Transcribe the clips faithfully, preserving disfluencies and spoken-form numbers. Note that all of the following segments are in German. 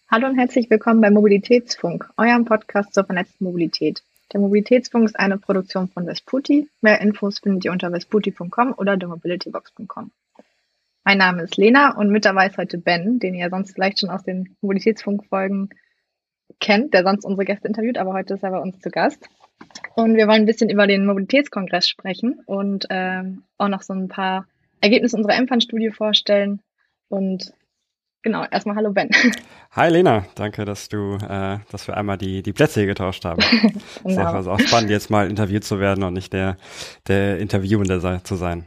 Hallo und herzlich willkommen bei Mobilitätsfunk, eurem Podcast zur vernetzten Mobilität. Der Mobilitätsfunk ist eine Produktion von Vesputi. Mehr Infos findet ihr unter vesputi punkt com oder der mobilitybox punkt com. Mein Name ist Lena und mit dabei ist heute Ben, den ihr sonst vielleicht schon aus den Mobilitätsfunk-Folgen kennt, der sonst unsere Gäste interviewt, aber heute ist er bei uns zu Gast. Und wir wollen ein bisschen über den Mobilitätskongress sprechen und ähm, auch noch so ein paar Ergebnisse unserer M-Fan-Studie vorstellen. Und genau, erstmal hallo Ben. Hi Lena, danke, dass du, äh, dass wir einmal die die Plätze hier getauscht haben. Genau. Ist auch, also auch spannend, jetzt mal interviewt zu werden und nicht der der Interviewende zu sein.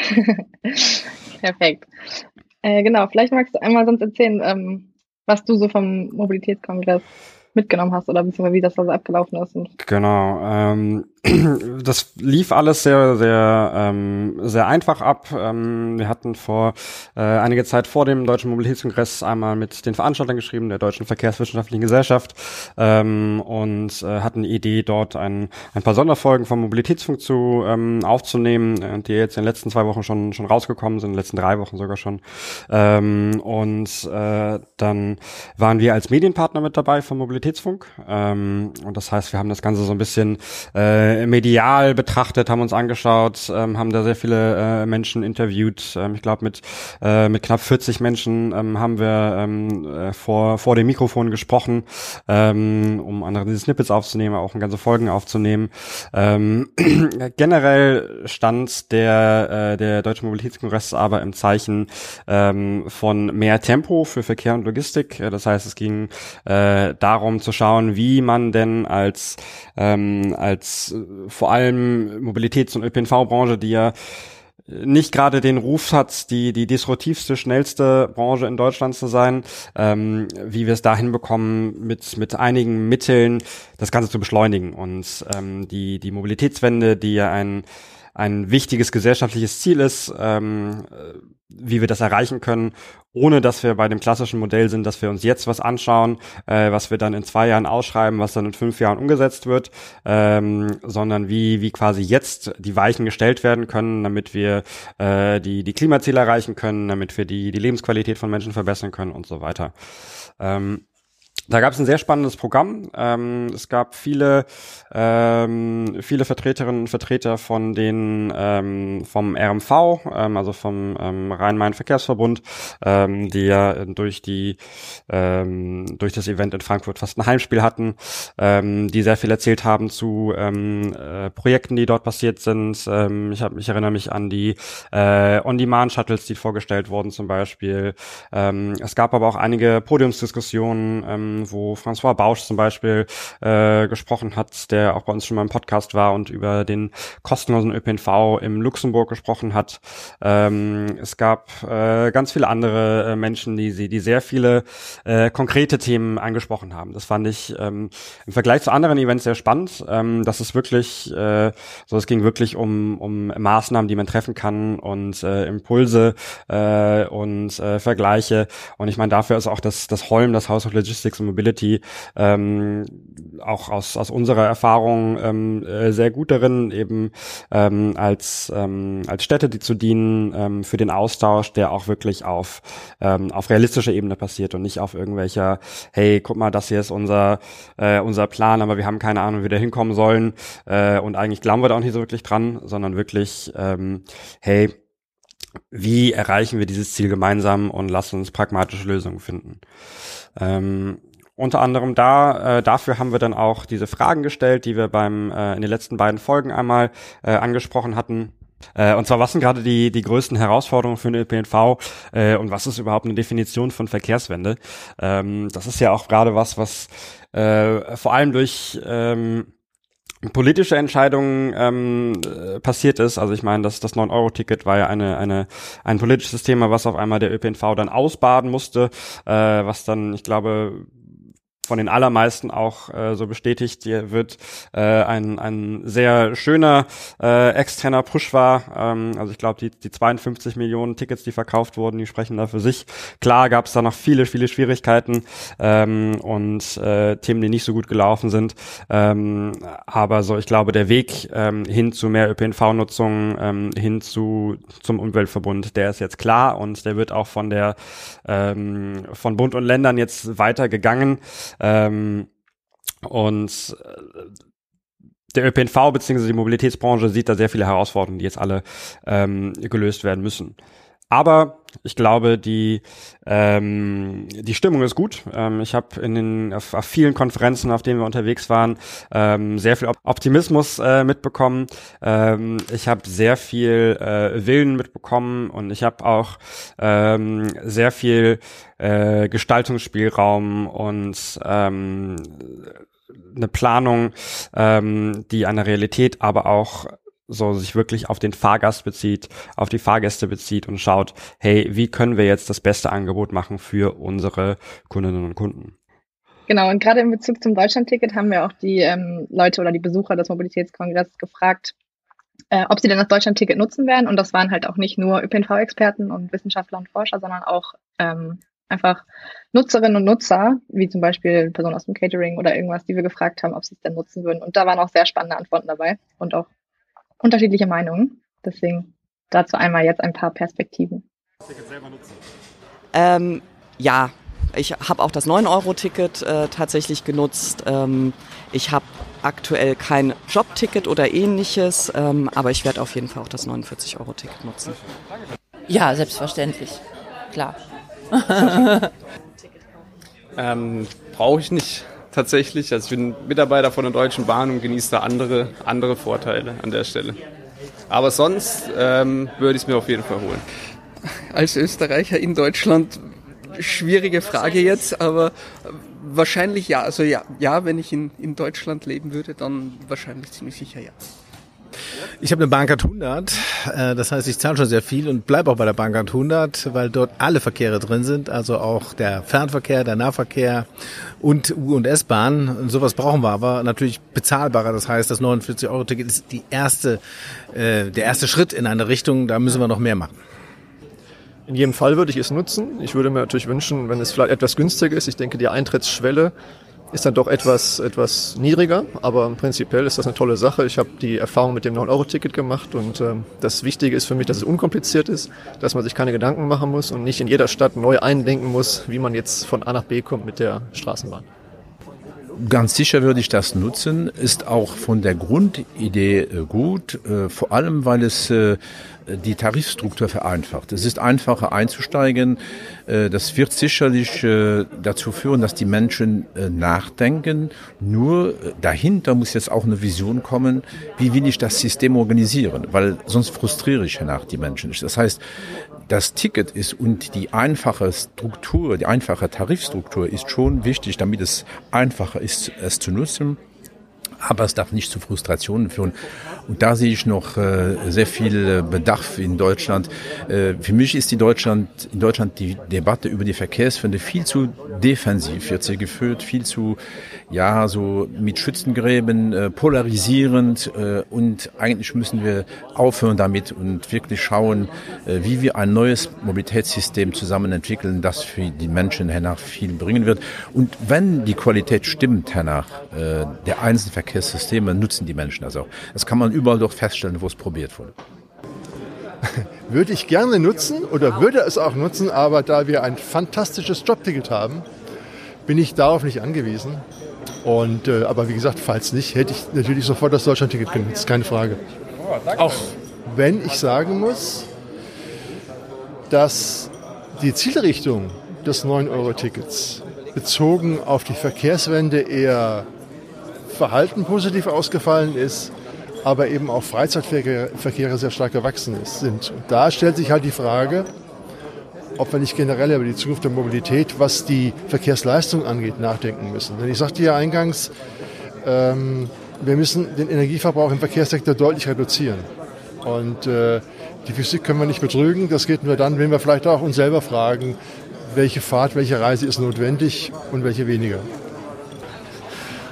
Perfekt. Äh, genau, vielleicht magst du einmal sonst erzählen, ähm, was du so vom Mobilitätskongress mitgenommen hast oder beziehungsweise wie das da so abgelaufen ist. Genau, ähm, das lief alles sehr, sehr, ähm, sehr einfach ab. Ähm, wir hatten vor äh, einige Zeit vor dem Deutschen Mobilitätskongress einmal mit den Veranstaltern geschrieben, der Deutschen Verkehrswissenschaftlichen Gesellschaft, ähm, und äh, hatten die Idee, dort ein, ein paar Sonderfolgen vom Mobilitätsfunk zu ähm, aufzunehmen, äh, die jetzt in den letzten zwei Wochen schon schon rausgekommen sind, in den letzten drei Wochen sogar schon. Ähm, und äh, dann waren wir als Medienpartner mit dabei vom Mobilitätsfunk. Ähm, und das heißt, wir haben das Ganze so ein bisschen äh, medial betrachtet, haben uns angeschaut, ähm, haben da sehr viele äh, Menschen interviewt. Ähm, ich glaube, mit äh, mit knapp vierzig Menschen ähm, haben wir ähm, äh, vor vor dem Mikrofon gesprochen, ähm, um andere diese Snippets aufzunehmen, auch ganze Folgen aufzunehmen. Ähm, generell stand der äh, der Deutsche Mobilitätskongress aber im Zeichen ähm, von mehr Tempo für Verkehr und Logistik. Das heißt, es ging äh, darum zu schauen, wie man denn als ähm, als äh, vor allem Mobilitäts- und Ö P N V-Branche, die ja nicht gerade den Ruf hat, die die disruptivste, schnellste Branche in Deutschland zu sein, ähm, wie wir es dahin bekommen, mit mit einigen Mitteln das Ganze zu beschleunigen und ähm, die die Mobilitätswende, die ja ein ein wichtiges gesellschaftliches Ziel ist, ähm, wie wir das erreichen können, ohne dass wir bei dem klassischen Modell sind, dass wir uns jetzt was anschauen, äh, was wir dann in zwei Jahren ausschreiben, was dann in fünf Jahren umgesetzt wird, ähm, sondern wie wie quasi jetzt die Weichen gestellt werden können, damit wir äh, die die Klimaziele erreichen können, damit wir die die Lebensqualität von Menschen verbessern können und so weiter. Ähm, Da gab es ein sehr spannendes Programm. Ähm, es gab viele, ähm, viele Vertreterinnen und Vertreter von den ähm, vom R M V, ähm, also vom ähm, Rhein-Main-Verkehrsverbund, ähm, die ja durch die ähm, durch das Event in Frankfurt fast ein Heimspiel hatten, ähm, die sehr viel erzählt haben zu ähm, äh, Projekten, die dort passiert sind. Ähm, ich, hab, ich erinnere mich an die äh, On-Demand-Shuttles, die vorgestellt wurden zum Beispiel. Ähm, es gab aber auch einige Podiumsdiskussionen, ähm, wo François Bausch zum Beispiel äh, gesprochen hat, der auch bei uns schon mal im Podcast war und über den kostenlosen Ö P N V im Luxemburg gesprochen hat. Ähm, es gab äh, ganz viele andere äh, Menschen, die sie, die sehr viele äh, konkrete Themen angesprochen haben. Das fand ich ähm, im Vergleich zu anderen Events sehr spannend. Ähm, das ist wirklich, äh, so es ging wirklich um um Maßnahmen, die man treffen kann und äh, Impulse äh, und äh, Vergleiche. Und ich meine, dafür ist auch das das Holm, das House of Logistics und Mobility, ähm, auch aus aus unserer Erfahrung ähm, äh, sehr gut darin, eben ähm, als ähm, als Städte, die zu dienen ähm, für den Austausch, der auch wirklich auf ähm, auf realistischer Ebene passiert und nicht auf irgendwelcher, hey, guck mal, das hier ist unser äh, unser Plan, aber wir haben keine Ahnung, wie wir da hinkommen sollen, äh, und eigentlich glauben wir da auch nicht so wirklich dran, sondern wirklich, ähm, hey, wie erreichen wir dieses Ziel gemeinsam und lassen uns pragmatische Lösungen finden. Ähm, unter anderem da, äh, dafür haben wir dann auch diese Fragen gestellt, die wir beim äh, in den letzten beiden Folgen einmal äh, angesprochen hatten. Äh, und zwar, was sind gerade die die größten Herausforderungen für den Ö P N V äh, und was ist überhaupt eine Definition von Verkehrswende? Ähm, das ist ja auch gerade was, was äh, vor allem durch ähm, politische Entscheidungen ähm, äh, passiert ist. Also ich meine, das das neun Euro Ticket war ja eine eine ein politisches Thema, was auf einmal der Ö P N V dann ausbaden musste, äh, was dann, ich glaube, von den allermeisten auch äh, so bestätigt. Hier wird äh, ein ein sehr schöner äh, externer Push war. Ähm, also ich glaube, die die zweiundfünfzig Millionen Tickets, die verkauft wurden, die sprechen da für sich. Klar gab es da noch viele, viele Schwierigkeiten ähm, und äh, Themen, die nicht so gut gelaufen sind. Ähm, aber so, ich glaube, der Weg ähm, hin zu mehr Ö P N V-Nutzung, ähm, hin zu zum Umweltverbund, der ist jetzt klar und der wird auch von der ähm, von Bund und Ländern jetzt weitergegangen. Ähm, und der Ö P N V bzw. die Mobilitätsbranche sieht da sehr viele Herausforderungen, die jetzt alle ähm, gelöst werden müssen. Aber ich glaube, die ähm, die Stimmung ist gut. Ähm, ich habe in den auf, auf vielen Konferenzen, auf denen wir unterwegs waren, ähm, sehr viel Optimismus äh, mitbekommen. Ähm, ich habe sehr viel äh, Willen mitbekommen und ich habe auch ähm, sehr viel äh, Gestaltungsspielraum und ähm, eine Planung, ähm, die an der Realität, aber auch so sich wirklich auf den Fahrgast bezieht, auf die Fahrgäste bezieht und schaut, hey, wie können wir jetzt das beste Angebot machen für unsere Kundinnen und Kunden? Genau, und gerade in Bezug zum Deutschlandticket haben wir auch die ähm, Leute oder die Besucher des Mobilitätskongresses gefragt, äh, ob sie denn das Deutschlandticket nutzen werden. Und das waren halt auch nicht nur Ö P N V-Experten und Wissenschaftler und Forscher, sondern auch ähm, einfach Nutzerinnen und Nutzer, wie zum Beispiel Personen aus dem Catering oder irgendwas, die wir gefragt haben, ob sie es denn nutzen würden. Und da waren auch sehr spannende Antworten dabei und auch unterschiedliche Meinungen. Deswegen dazu einmal jetzt ein paar Perspektiven. Ähm, ja, ich habe auch das neun Euro Ticket äh, tatsächlich genutzt. Ähm, ich habe aktuell kein Jobticket oder ähnliches, ähm, aber ich werde auf jeden Fall auch das neunundvierzig Euro Ticket nutzen. Ja, selbstverständlich. Klar. ähm, brauche ich nicht. Tatsächlich, also ich bin Mitarbeiter von der Deutschen Bahn und genieße da andere, andere Vorteile an der Stelle. Aber sonst ähm, würde ich es mir auf jeden Fall holen. Als Österreicher in Deutschland, schwierige Frage jetzt, aber wahrscheinlich ja. Also ja, ja, wenn ich in, in Deutschland leben würde, dann wahrscheinlich ziemlich sicher ja. Ich habe eine Bahncard hundert, das heißt, ich zahle schon sehr viel und bleibe auch bei der Bahncard hundert, weil dort alle Verkehre drin sind, also auch der Fernverkehr, der Nahverkehr und U- und S-Bahn. Und sowas brauchen wir aber natürlich bezahlbarer. Das heißt, das neunundvierzig Euro Ticket ist die erste, äh, der erste Schritt in eine Richtung, da müssen wir noch mehr machen. In jedem Fall würde ich es nutzen. Ich würde mir natürlich wünschen, wenn es vielleicht etwas günstiger ist. Ich denke, die Eintrittsschwelle ist dann doch etwas etwas niedriger, aber prinzipiell ist das eine tolle Sache. Ich habe die Erfahrung mit dem neun Euro Ticket gemacht und ähm, das Wichtige ist für mich, dass es unkompliziert ist, dass man sich keine Gedanken machen muss und nicht in jeder Stadt neu eindenken muss, wie man jetzt von A nach B kommt mit der Straßenbahn. Ganz sicher würde ich das nutzen, ist auch von der Grundidee gut, vor allem weil es die Tarifstruktur vereinfacht. Es ist einfacher einzusteigen. Das wird sicherlich dazu führen, dass die Menschen nachdenken. Nur dahinter muss jetzt auch eine Vision kommen, wie will ich das System organisieren, weil sonst frustriere ich danach die Menschen nicht. Das heißt, das Ticket ist und die einfache Struktur, die einfache Tarifstruktur ist schon wichtig, damit es einfacher ist, es zu nutzen. Aber es darf nicht zu Frustrationen führen. Und da sehe ich noch äh, sehr viel Bedarf in Deutschland. Äh, für mich ist die Deutschland, in Deutschland die Debatte über die Verkehrswende viel zu defensiv wird sie geführt, viel zu, ja, so mit Schützengräben, äh, polarisierend. Äh, und eigentlich müssen wir aufhören damit und wirklich schauen, äh, wie wir ein neues Mobilitätssystem zusammen entwickeln, das für die Menschen hernach viel bringen wird. Und wenn die Qualität stimmt hernach, äh, der einzelnen Verkehrssysteme nutzen die Menschen das auch. Das kann man überall doch feststellen, wo es probiert wurde. Würde ich gerne nutzen oder würde es auch nutzen, aber da wir ein fantastisches Jobticket haben, bin ich darauf nicht angewiesen. Und, äh, aber wie gesagt, falls nicht, hätte ich natürlich sofort das Deutschlandticket genutzt, keine Frage. Auch wenn ich sagen muss, dass die Zielrichtung des neun Euro Tickets bezogen auf die Verkehrswende eher Verhalten positiv ausgefallen ist, aber eben auch Freizeitverkehre sehr stark gewachsen ist, sind. Und da stellt sich halt die Frage, ob wir nicht generell über die Zukunft der Mobilität, was die Verkehrsleistung angeht, nachdenken müssen. Denn ich sagte ja eingangs, ähm, wir müssen den Energieverbrauch im Verkehrssektor deutlich reduzieren. Und äh, die Physik können wir nicht betrügen. Das geht nur dann, wenn wir vielleicht auch uns selber fragen, welche Fahrt, welche Reise ist notwendig und welche weniger.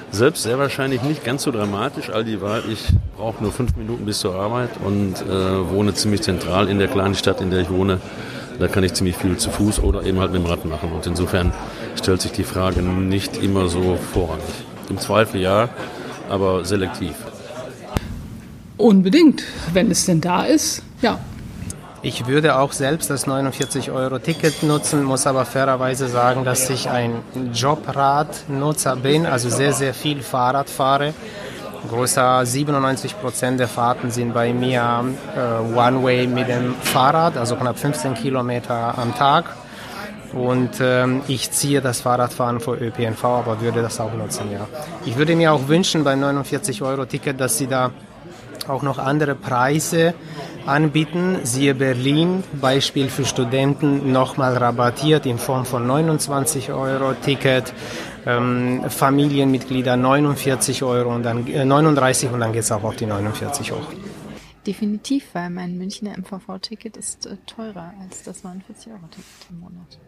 Selbst sehr wahrscheinlich nicht ganz so dramatisch, all dieweil ich brauche nur fünf Minuten bis zur Arbeit und äh, wohne ziemlich zentral in der kleinen Stadt, in der ich wohne. Da kann ich ziemlich viel zu Fuß oder eben halt mit dem Rad machen. Und insofern stellt sich die Frage nicht immer so vorrangig. Im Zweifel ja, aber selektiv. Unbedingt, wenn es denn da ist, ja. Ich würde auch selbst das neunundvierzig Euro Ticket nutzen, muss aber fairerweise sagen, dass ich ein Jobradnutzer bin, also sehr, sehr viel Fahrrad fahre. Größer siebenundneunzig Prozent der Fahrten sind bei mir äh, One-Way mit dem Fahrrad, also knapp fünfzehn Kilometer am Tag. Und ähm, ich ziehe das Fahrradfahren vor Ö P N V, aber würde das auch nutzen, ja. Ich würde mir auch wünschen beim neunundvierzig Euro Ticket, dass sie da auch noch andere Preise anbieten. Siehe Berlin, Beispiel für Studenten, nochmal rabattiert in Form von neunundzwanzig Euro Ticket. Ähm, Familienmitglieder neunundvierzig Euro und dann äh, neununddreißig und dann geht es auch auf die neunundvierzig hoch. Definitiv, weil mein Münchner M V V-Ticket ist äh, teurer als das neunundvierzig Euro Ticket im Monat.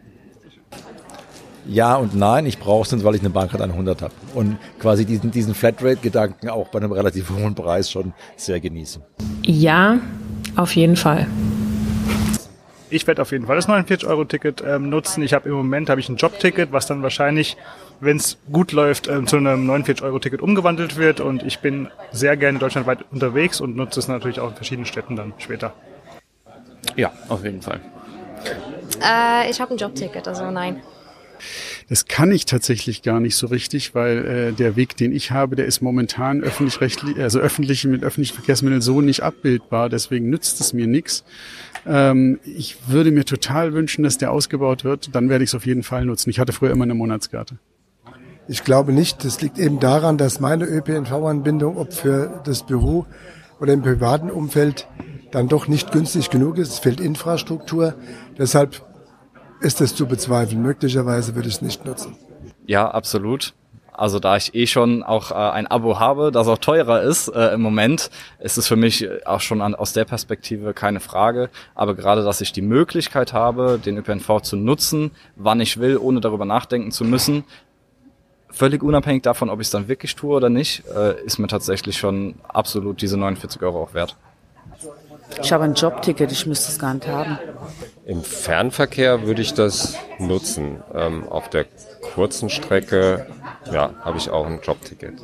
Ja und nein, ich brauche es, weil ich eine Bahncard hundert habe und quasi diesen, diesen Flatrate-Gedanken auch bei einem relativ hohen Preis schon sehr genieße. Ja, auf jeden Fall. Ich werde auf jeden Fall das neunundvierzig Euro Ticket ähm, nutzen. Ich habe im Moment habe ich ein Jobticket, was dann wahrscheinlich, wenn es gut läuft, ähm, zu einem neunundvierzig Euro Ticket umgewandelt wird. Und ich bin sehr gerne deutschlandweit unterwegs und nutze es natürlich auch in verschiedenen Städten dann später. Ja, auf jeden Fall. Äh, ich habe ein Jobticket, also nein. Das kann ich tatsächlich gar nicht so richtig, weil äh, der Weg, den ich habe, der ist momentan öffentlich-rechtlich, also öffentlich mit öffentlichen Verkehrsmitteln so nicht abbildbar. Deswegen nützt es mir nichts. Ähm, ich würde mir total wünschen, dass der ausgebaut wird. Dann werde ich es auf jeden Fall nutzen. Ich hatte früher immer eine Monatskarte. Ich glaube nicht. Das liegt eben daran, dass meine Ö P N V-Anbindung, ob für das Büro oder im privaten Umfeld, dann doch nicht günstig genug ist. Es fehlt Infrastruktur. Deshalb ist es zu bezweifeln. Möglicherweise würde ich es nicht nutzen. Ja, absolut. Also da ich eh schon auch äh, ein Abo habe, das auch teurer ist äh, im Moment, ist es für mich auch schon an, aus der Perspektive keine Frage. Aber gerade, dass ich die Möglichkeit habe, den Ö P N V zu nutzen, wann ich will, ohne darüber nachdenken zu müssen, völlig unabhängig davon, ob ich es dann wirklich tue oder nicht, äh, ist mir tatsächlich schon absolut diese neunundvierzig Euro auch wert. Ich habe ein Jobticket, ich müsste es gar nicht haben. Im Fernverkehr würde ich das nutzen. Ähm, auf der kurzen Strecke, ja, habe ich auch ein Jobticket.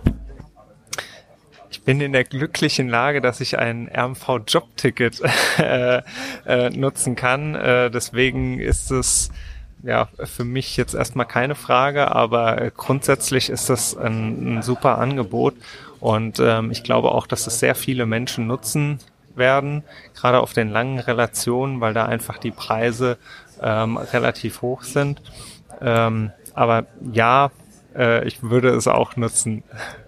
Ich bin in der glücklichen Lage, dass ich ein R M V-Jobticket äh, äh, nutzen kann. Äh, deswegen ist es ja für mich jetzt erstmal keine Frage, aber grundsätzlich ist das ein, ein super Angebot und ähm, ich glaube auch, dass es sehr viele Menschen nutzen werden, gerade auf den langen Relationen, weil da einfach die Preise ähm, relativ hoch sind. Ähm, aber ja, äh, ich würde es auch nutzen.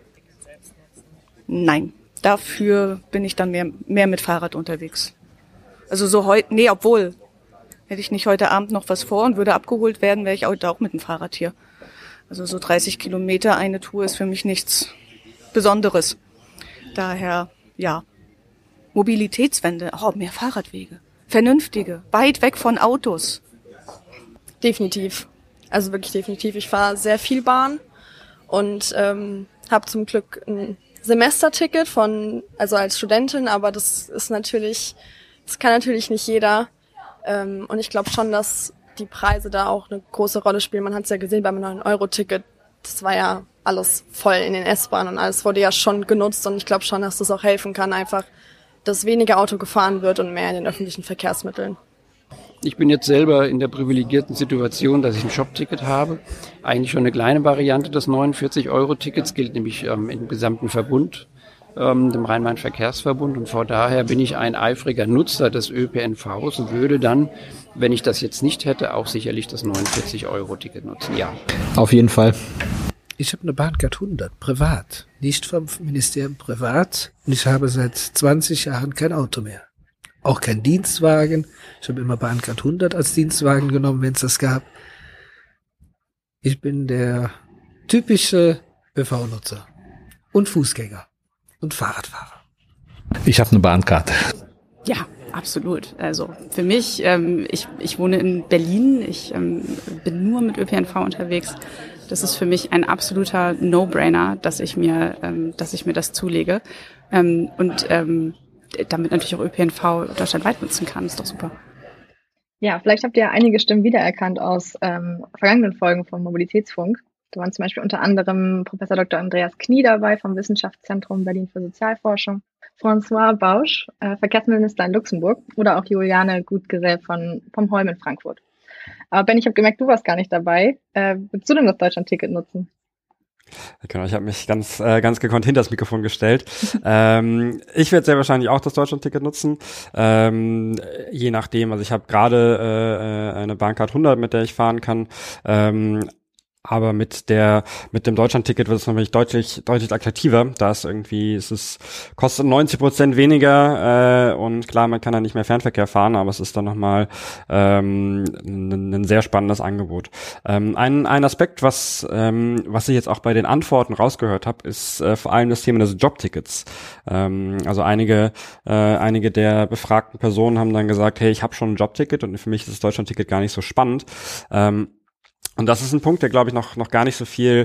Nein, dafür bin ich dann mehr, mehr mit Fahrrad unterwegs. Also so heute, nee, obwohl, hätte ich nicht heute Abend noch was vor und würde abgeholt werden, wäre ich heute auch mit dem Fahrrad hier. Also so dreißig Kilometer eine Tour ist für mich nichts Besonderes. Daher, ja. Mobilitätswende, oh, mehr Fahrradwege. Vernünftige, weit weg von Autos. Definitiv. Also wirklich definitiv. Ich fahre sehr viel Bahn und ähm, habe zum Glück ein Semesterticket von, also als Studentin, aber das ist natürlich, das kann natürlich nicht jeder. Ähm, und ich glaube schon, dass die Preise da auch eine große Rolle spielen. Man hat es ja gesehen beim neun Euro Ticket. Das war ja alles voll in den S-Bahnen und alles wurde ja schon genutzt und ich glaube schon, dass das auch helfen kann, einfach dass weniger Auto gefahren wird und mehr in den öffentlichen Verkehrsmitteln. Ich bin jetzt selber in der privilegierten Situation, dass ich ein Jobticket habe. Eigentlich schon eine kleine Variante des neunundvierzig Euro Tickets, gilt nämlich ähm, im gesamten Verbund, ähm, dem Rhein-Main-Verkehrsverbund. Und von daher bin ich ein eifriger Nutzer des Ö P N Vs und würde dann, wenn ich das jetzt nicht hätte, auch sicherlich das neunundvierzig Euro Ticket nutzen. Ja. Auf jeden Fall. Ich habe eine Bahncard hundert, privat, nicht vom Ministerium, privat. Und ich habe seit zwanzig Jahren kein Auto mehr. Auch kein Dienstwagen. Ich habe immer Bahncard hundert als Dienstwagen genommen, wenn es das gab. Ich bin der typische Ö V-Nutzer und Fußgänger und Fahrradfahrer. Ich habe eine Bahncard. Ja, Absolut. Also für mich, ähm, ich, ich wohne in Berlin, ich ähm, bin nur mit Ö P N V unterwegs. Das ist für mich ein absoluter No-Brainer, dass ich mir, ähm, dass ich mir das zulege ähm, und ähm, damit natürlich auch Ö P N V deutschlandweit nutzen kann. Ist doch super. Ja, vielleicht habt ihr einige Stimmen wiedererkannt aus ähm, vergangenen Folgen vom Mobilitätsfunk. Da waren zum Beispiel unter anderem Professor Doktor Andreas Knie dabei vom Wissenschaftszentrum Berlin für Sozialforschung, François Bausch, äh, Verkehrsminister in Luxemburg, oder auch Juliane Gutgesell von vom Holm in Frankfurt. Aber Ben, ich habe gemerkt, du warst gar nicht dabei. Äh, willst du denn das Deutschland-Ticket nutzen? Genau, ich habe mich ganz äh, ganz gekonnt hinter das Mikrofon gestellt. ähm, ich werde sehr wahrscheinlich auch das Deutschland-Ticket nutzen, ähm, je nachdem. Also ich habe gerade äh, eine Bahncard hundert, mit der ich fahren kann. Ähm, Aber mit der, mit dem Deutschland-Ticket wird es natürlich deutlich, deutlich attraktiver. Da ist irgendwie, es ist, kostet neunzig Prozent weniger, äh, und klar, man kann da nicht mehr Fernverkehr fahren, aber es ist dann nochmal, ähm, ein, ein sehr spannendes Angebot. Ähm, ein, ein Aspekt, was, ähm, was ich jetzt auch bei den Antworten rausgehört habe, ist äh, vor allem das Thema des Jobtickets. Ähm, also einige, äh, einige der befragten Personen haben dann gesagt, hey, ich habe schon ein Jobticket und für mich ist das Deutschland-Ticket gar nicht so spannend. Ähm, Und das ist ein Punkt, der, glaube ich, noch noch gar nicht so viel,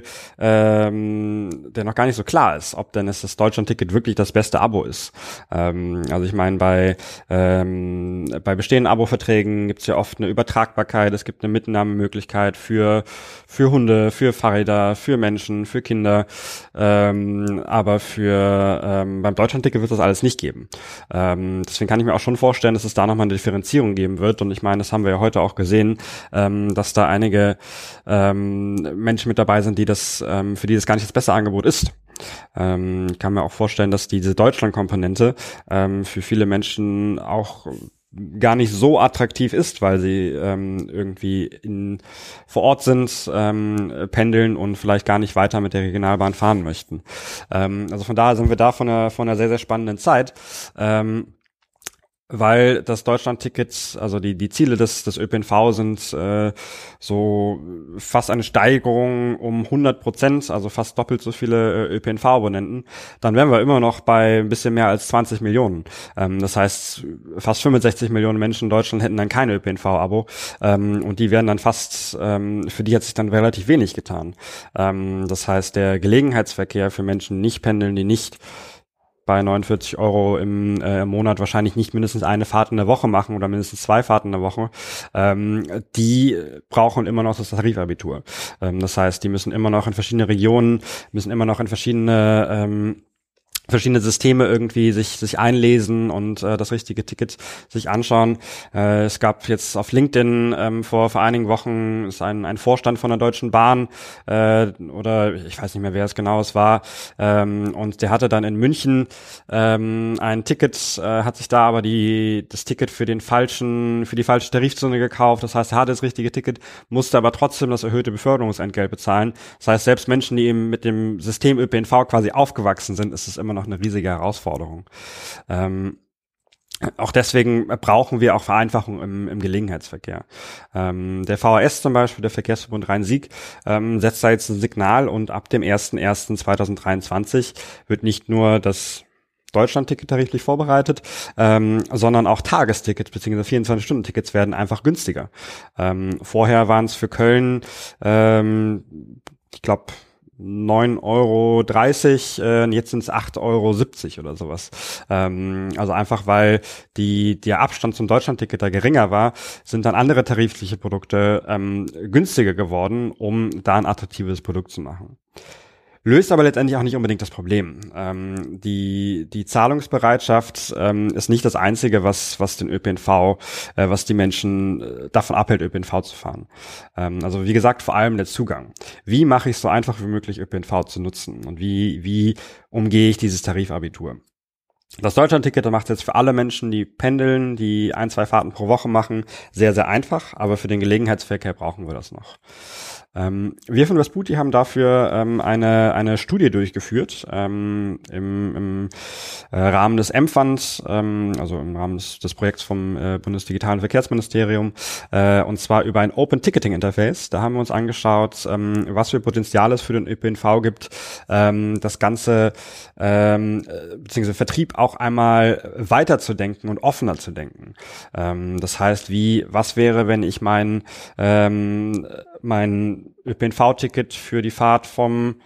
ähm, der noch gar nicht so klar ist, ob denn es das Deutschland-Ticket wirklich das beste Abo ist. Ähm, also ich meine, bei ähm, bei bestehenden Abo-Verträgen gibt es ja oft eine Übertragbarkeit, es gibt eine Mitnahmemöglichkeit für für Hunde, für Fahrräder, für Menschen, für Kinder, ähm, aber für ähm, beim Deutschland-Ticket wird es das alles nicht geben. Ähm, deswegen kann ich mir auch schon vorstellen, dass es da nochmal eine Differenzierung geben wird. Und ich meine, das haben wir ja heute auch gesehen, ähm, dass da einige ähm, Menschen mit dabei sind, die das, ähm, für die das gar nicht das beste Angebot ist. Ähm, ich kann mir auch vorstellen, dass diese Deutschland-Komponente ähm, für viele Menschen auch gar nicht so attraktiv ist, weil sie ähm, irgendwie in, vor Ort sind, ähm, pendeln und vielleicht gar nicht weiter mit der Regionalbahn fahren möchten. Ähm, also von daher sind wir da von einer, von einer sehr, sehr spannenden Zeit. Ähm, weil das Deutschland-Ticket, also die die Ziele des des Ö P N V sind äh, so fast eine Steigerung um hundert Prozent, also fast doppelt so viele äh, Ö P N V-Abonnenten, dann wären wir immer noch bei ein bisschen mehr als zwanzig Millionen. Ähm, das heißt, fast fünfundsechzig Millionen Menschen in Deutschland hätten dann kein Ö P N V-Abo, ähm, und die wären dann fast, ähm, für die hat sich dann relativ wenig getan. Ähm, das heißt, der Gelegenheitsverkehr für Menschen, die nicht pendeln, die nicht bei neunundvierzig Euro im, äh, im Monat wahrscheinlich nicht mindestens eine Fahrt in der Woche machen oder mindestens zwei Fahrten in der Woche, ähm, die brauchen immer noch das Tarifabitur. Ähm, das heißt, die müssen immer noch in verschiedene Regionen, müssen immer noch in verschiedene ähm, verschiedene Systeme irgendwie sich sich einlesen und äh, das richtige Ticket sich anschauen. Äh, es gab jetzt auf LinkedIn ähm, vor vor einigen Wochen ist ein ein Vorstand von der Deutschen Bahn äh, oder ich weiß nicht mehr, wer es genau es war, ähm, und der hatte dann in München ähm, ein Ticket, äh, hat sich da aber die das Ticket für den falschen für die falsche Tarifzone gekauft. Das heißt, er hatte das richtige Ticket, musste aber trotzdem das erhöhte Beförderungsentgelt bezahlen. Das heißt, selbst Menschen, die eben mit dem System Ö P N V quasi aufgewachsen sind, ist es immer noch eine riesige Herausforderung. Ähm, auch deswegen brauchen wir auch Vereinfachung im, im Gelegenheitsverkehr. Ähm, der V H S zum Beispiel, der Verkehrsverbund Rhein-Sieg, ähm, setzt da jetzt ein Signal und ab dem ersten ersten zweitausenddreiundzwanzig wird nicht nur das Deutschland-Ticket tariflich vorbereitet, ähm, sondern auch Tagestickets bzw. vierundzwanzig-Stunden-Tickets werden einfach günstiger. Ähm, vorher waren es für Köln, ähm, ich glaube, neun Euro dreißig, äh, jetzt sind es acht Euro siebzig oder sowas. Ähm, also einfach, weil die der Abstand zum Deutschlandticket da geringer war, sind dann andere tarifliche Produkte ähm, günstiger geworden, um da ein attraktives Produkt zu machen. Löst aber letztendlich auch nicht unbedingt das Problem. Ähm, die die Zahlungsbereitschaft ähm, ist nicht das Einzige, was was den Ö P N V, äh, was die Menschen äh, davon abhält, Ö P N V zu fahren. Ähm, also wie gesagt, vor allem der Zugang. Wie mache ich es so einfach wie möglich, Ö P N V zu nutzen? Und wie wie umgehe ich dieses Tarifabitur? Das Deutschlandticket macht es jetzt für alle Menschen, die pendeln, die ein, zwei Fahrten pro Woche machen, sehr, sehr einfach. Aber für den Gelegenheitsverkehr brauchen wir das noch. Ähm, wir von Vesputi haben dafür ähm, eine eine Studie durchgeführt ähm, im, im äh, Rahmen des M-Fund, ähm, also im Rahmen des, des Projekts vom äh, Bundesdigitalen Verkehrsministerium, äh, und zwar über ein Open Ticketing Interface. Da haben wir uns angeschaut, ähm, was für Potenzial es für den Ö P N V gibt, ähm, das Ganze ähm, beziehungsweise Vertrieb auch einmal weiter zu denken und offener zu denken. Ähm, das heißt, wie, was wäre, wenn ich mein, ähm, mein Ö P N V-Ticket für die Fahrt vom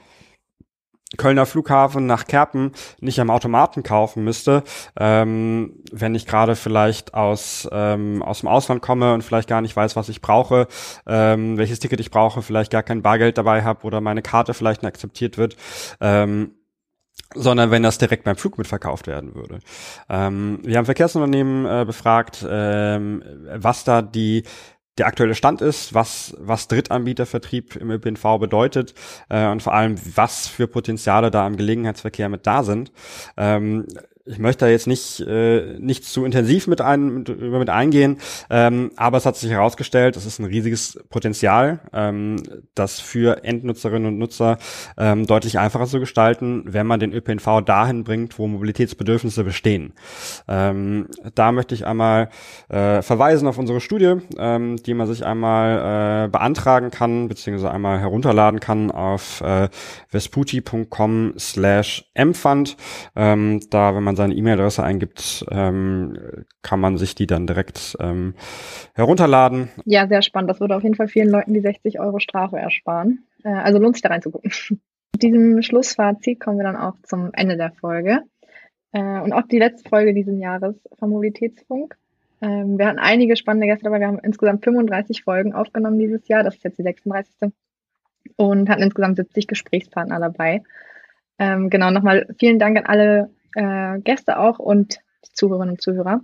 Kölner Flughafen nach Kerpen nicht am Automaten kaufen müsste, ähm, wenn ich gerade vielleicht aus ähm, aus dem Ausland komme und vielleicht gar nicht weiß, was ich brauche, ähm, welches Ticket ich brauche, vielleicht gar kein Bargeld dabei habe oder meine Karte vielleicht nicht akzeptiert wird, ähm, sondern wenn das direkt beim Flug mitverkauft werden würde. Ähm, wir haben Verkehrsunternehmen äh, befragt, ähm, was da die der aktuelle Stand ist, was was Drittanbietervertrieb im Ö P N V bedeutet äh, und vor allem, was für Potenziale da im Gelegenheitsverkehr mit da sind. Ähm, ich möchte da jetzt nicht äh, nicht zu intensiv mit ein mit, mit eingehen, ähm, aber es hat sich herausgestellt, es ist ein riesiges Potenzial, ähm, das für Endnutzerinnen und Nutzer ähm, deutlich einfacher zu gestalten, wenn man den Ö P N V dahin bringt, wo Mobilitätsbedürfnisse bestehen. Ähm, da möchte ich einmal äh, verweisen auf unsere Studie, ähm, die man sich einmal äh, beantragen kann, beziehungsweise einmal herunterladen kann auf äh, vesputi punkt com slash m fund. Ähm, da, wenn man seine E-Mail-Adresse eingibt, ähm, kann man sich die dann direkt ähm, herunterladen. Ja, sehr spannend. Das würde auf jeden Fall vielen Leuten die sechzig Euro Strafe ersparen. Äh, also lohnt sich da reinzugucken. Mit diesem Schlussfazit kommen wir dann auch zum Ende der Folge. Äh, und auch die letzte Folge dieses Jahres vom Mobilitätsfunk. Ähm, wir hatten einige spannende Gäste dabei. Wir haben insgesamt fünfunddreißig Folgen aufgenommen dieses Jahr. Das ist jetzt die sechsunddreißigste. Und hatten insgesamt siebzig Gesprächspartner dabei. Ähm, genau, nochmal vielen Dank an alle äh, Gäste auch und die Zuhörerinnen und Zuhörer.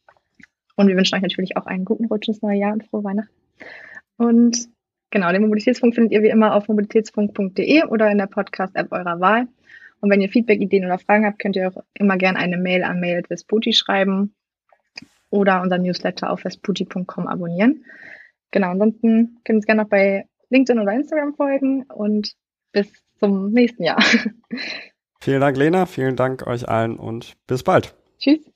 Und wir wünschen euch natürlich auch einen guten Rutsch ins neue Jahr und frohe Weihnachten. Und genau, den Mobilitätsfunk findet ihr wie immer auf mobilitätsfunk punkt de oder in der Podcast-App eurer Wahl. Und wenn ihr Feedback, Ideen oder Fragen habt, könnt ihr auch immer gerne eine Mail an mail at vesputi schreiben oder unser Newsletter auf vesputi punkt com abonnieren. Genau, ansonsten könnt ihr uns gerne noch bei LinkedIn oder Instagram folgen und bis zum nächsten Jahr. Vielen Dank, Lena. Vielen Dank euch allen und bis bald. Tschüss.